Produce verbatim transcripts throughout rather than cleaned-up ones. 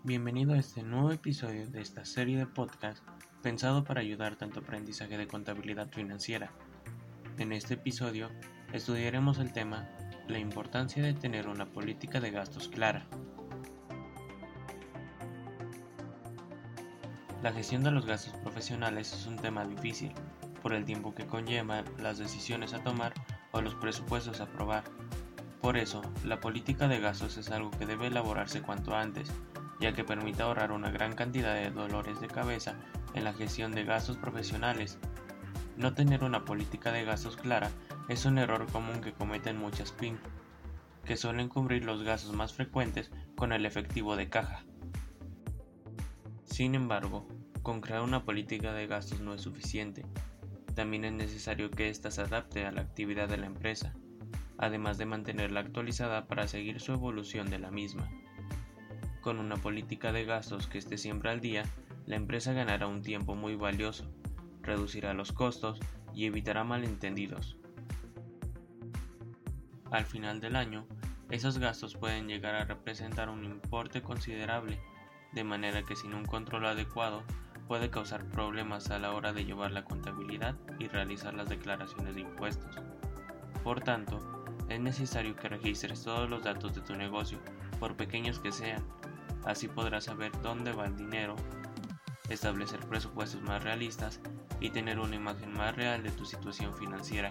Bienvenido a este nuevo episodio de esta serie de podcast pensado para ayudarte en tu aprendizaje de contabilidad financiera. En este episodio estudiaremos el tema la importancia de tener una política de gastos clara. La gestión de los gastos profesionales es un tema difícil por el tiempo que conlleva, las decisiones a tomar o los presupuestos a aprobar. Por eso, la política de gastos es algo que debe elaborarse cuanto antes, ya que permite ahorrar una gran cantidad de dolores de cabeza en la gestión de gastos profesionales. No tener una política de gastos clara es un error común que cometen muchas pymes, que suelen cubrir los gastos más frecuentes con el efectivo de caja. Sin embargo, con crear una política de gastos no es suficiente. También es necesario que ésta se adapte a la actividad de la empresa, además de mantenerla actualizada para seguir su evolución de la misma. Con una política de gastos que esté siempre al día, la empresa ganará un tiempo muy valioso, reducirá los costos y evitará malentendidos. Al final del año, esos gastos pueden llegar a representar un importe considerable, de manera que sin un control adecuado puede causar problemas a la hora de llevar la contabilidad y realizar las declaraciones de impuestos. Por tanto, es necesario que registres todos los datos de tu negocio, por pequeños que sean. Así podrás saber dónde va el dinero, establecer presupuestos más realistas y tener una imagen más real de tu situación financiera.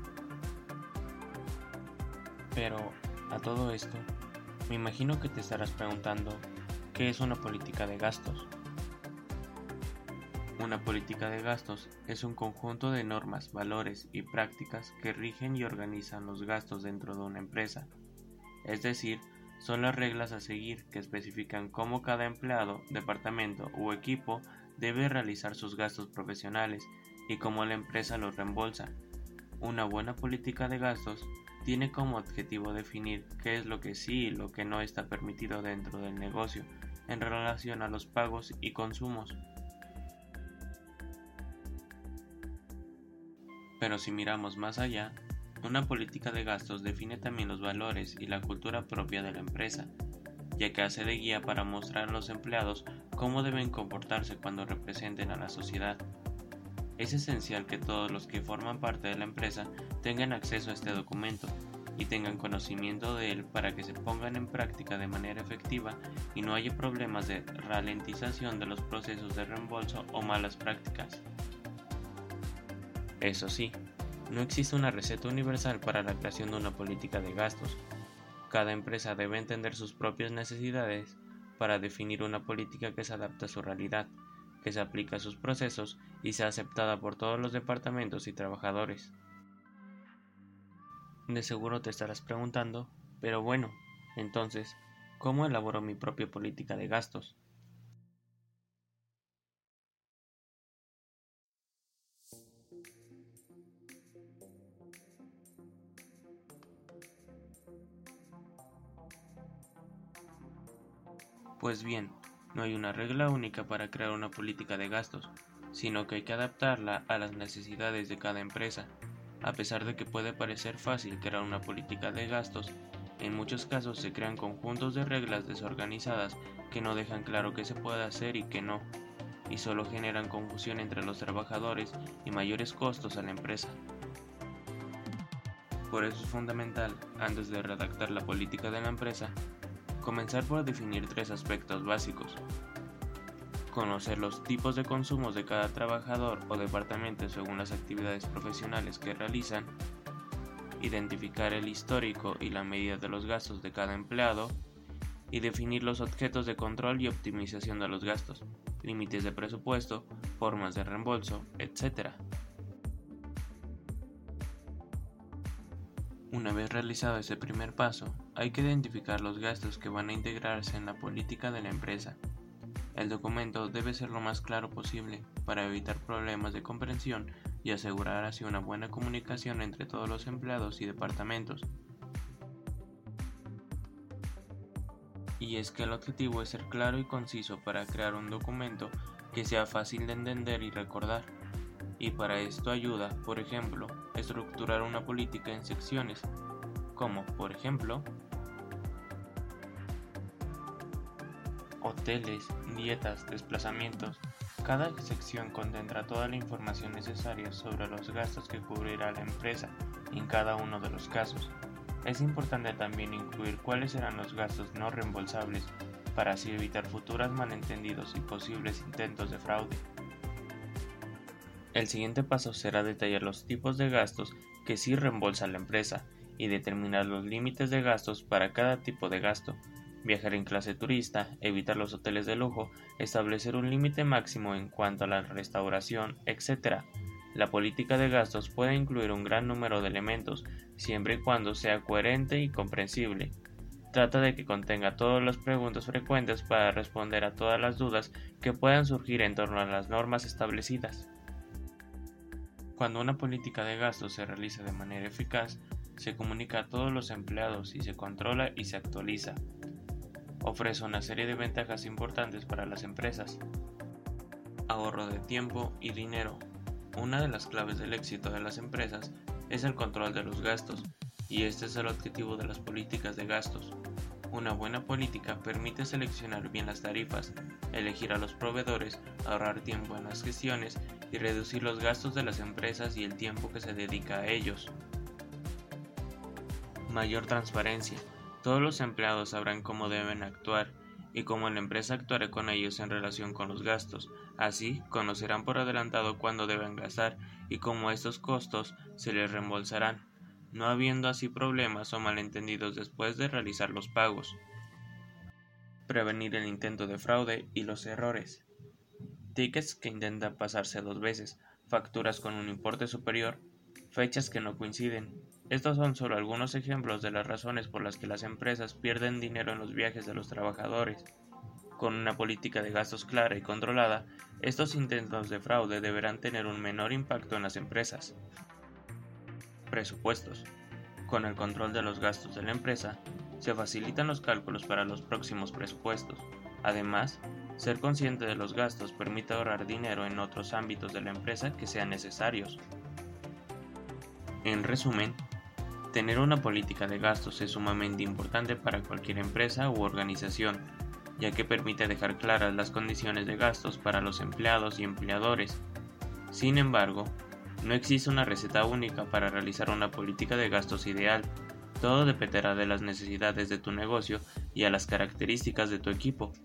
Pero, a todo esto, me imagino que te estarás preguntando, ¿qué es una política de gastos? Una política de gastos es un conjunto de normas, valores y prácticas que rigen y organizan los gastos dentro de una empresa. Es decir, son las reglas a seguir que especifican cómo cada empleado, departamento o equipo debe realizar sus gastos profesionales y cómo la empresa los reembolsa. Una buena política de gastos tiene como objetivo definir qué es lo que sí y lo que no está permitido dentro del negocio en relación a los pagos y consumos. Pero si miramos más allá, una política de gastos define también los valores y la cultura propia de la empresa, ya que hace de guía para mostrar a los empleados cómo deben comportarse cuando representen a la sociedad. Es esencial que todos los que forman parte de la empresa tengan acceso a este documento y tengan conocimiento de él para que se pongan en práctica de manera efectiva y no haya problemas de ralentización de los procesos de reembolso o malas prácticas. Eso sí, no existe una receta universal para la creación de una política de gastos. Cada empresa debe entender sus propias necesidades para definir una política que se adapte a su realidad, que se aplique a sus procesos y sea aceptada por todos los departamentos y trabajadores. De seguro te estarás preguntando, pero bueno, entonces, ¿cómo elaboro mi propia política de gastos? Pues bien, no hay una regla única para crear una política de gastos, sino que hay que adaptarla a las necesidades de cada empresa. A pesar de que puede parecer fácil crear una política de gastos, en muchos casos se crean conjuntos de reglas desorganizadas que no dejan claro qué se puede hacer y qué no, y solo generan confusión entre los trabajadores y mayores costos a la empresa. Por eso es fundamental, antes de redactar la política de la empresa, comenzar por definir tres aspectos básicos. Conocer los tipos de consumos de cada trabajador o departamento según las actividades profesionales que realizan, identificar el histórico y la medida de los gastos de cada empleado, y definir los objetos de control y optimización de los gastos, límites de presupuesto, formas de reembolso, etcétera. Una vez realizado ese primer paso, hay que identificar los gastos que van a integrarse en la política de la empresa. El documento debe ser lo más claro posible para evitar problemas de comprensión y asegurar así una buena comunicación entre todos los empleados y departamentos. Y es que el objetivo es ser claro y conciso para crear un documento que sea fácil de entender y recordar. Y para esto ayuda, por ejemplo, estructurar una política en secciones, como, por ejemplo, hoteles, dietas, desplazamientos. Cada sección contendrá toda la información necesaria sobre los gastos que cubrirá la empresa en cada uno de los casos. Es importante también incluir cuáles serán los gastos no reembolsables para así evitar futuros malentendidos y posibles intentos de fraude. El siguiente paso será detallar los tipos de gastos que sí reembolsa la empresa y determinar los límites de gastos para cada tipo de gasto. Viajar en clase turista, evitar los hoteles de lujo, establecer un límite máximo en cuanto a la restauración, etcétera. La política de gastos puede incluir un gran número de elementos, siempre y cuando sea coherente y comprensible. Trata de que contenga todas las preguntas frecuentes para responder a todas las dudas que puedan surgir en torno a las normas establecidas. Cuando una política de gastos se realiza de manera eficaz, se comunica a todos los empleados y se controla y se actualiza. Ofrece una serie de ventajas importantes para las empresas. Ahorro de tiempo y dinero. Una de las claves del éxito de las empresas es el control de los gastos, y este es el objetivo de las políticas de gastos. Una buena política permite seleccionar bien las tarifas, elegir a los proveedores, ahorrar tiempo en las gestiones y reducir los gastos de las empresas y el tiempo que se dedica a ellos. Mayor transparencia. Todos los empleados sabrán cómo deben actuar y cómo la empresa actuará con ellos en relación con los gastos. Así, conocerán por adelantado cuándo deben gastar y cómo estos costos se les reembolsarán, no habiendo así problemas o malentendidos después de realizar los pagos. Prevenir el intento de fraude y los errores. Tickets que intentan pasarse dos veces, facturas con un importe superior, fechas que no coinciden. Estos son solo algunos ejemplos de las razones por las que las empresas pierden dinero en los viajes de los trabajadores. Con una política de gastos clara y controlada, estos intentos de fraude deberán tener un menor impacto en las empresas. Presupuestos. Con el control de los gastos de la empresa, se facilitan los cálculos para los próximos presupuestos. Además, ser consciente de los gastos permite ahorrar dinero en otros ámbitos de la empresa que sean necesarios. En resumen, tener una política de gastos es sumamente importante para cualquier empresa u organización, ya que permite dejar claras las condiciones de gastos para los empleados y empleadores. Sin embargo, no existe una receta única para realizar una política de gastos ideal. Todo dependerá de las necesidades de tu negocio y a las características de tu equipo.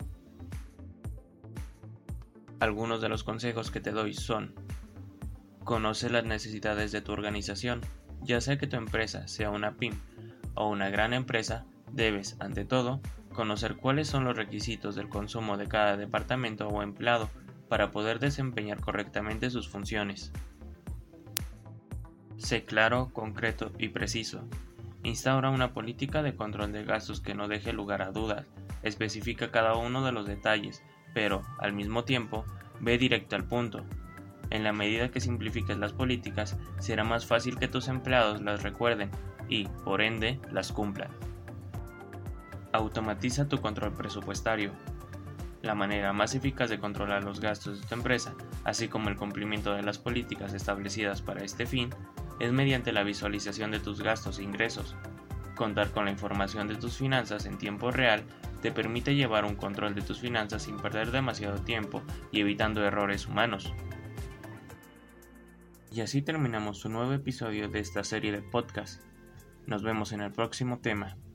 Algunos de los consejos que te doy son: conoce las necesidades de tu organización. Ya sea que tu empresa sea una pyme o una gran empresa, debes, ante todo, conocer cuáles son los requisitos del consumo de cada departamento o empleado para poder desempeñar correctamente sus funciones. Sé claro, concreto y preciso. Instaura una política de control de gastos que no deje lugar a dudas. Especifica cada uno de los detalles, pero, al mismo tiempo, ve directo al punto. En la medida que simplifiques las políticas, será más fácil que tus empleados las recuerden y, por ende, las cumplan. Automatiza tu control presupuestario. La manera más eficaz de controlar los gastos de tu empresa, así como el cumplimiento de las políticas establecidas para este fin, es mediante la visualización de tus gastos e ingresos. Contar con la información de tus finanzas en tiempo real te permite llevar un control de tus finanzas sin perder demasiado tiempo y evitando errores humanos. Y así terminamos un nuevo episodio de esta serie de podcast. Nos vemos en el próximo tema.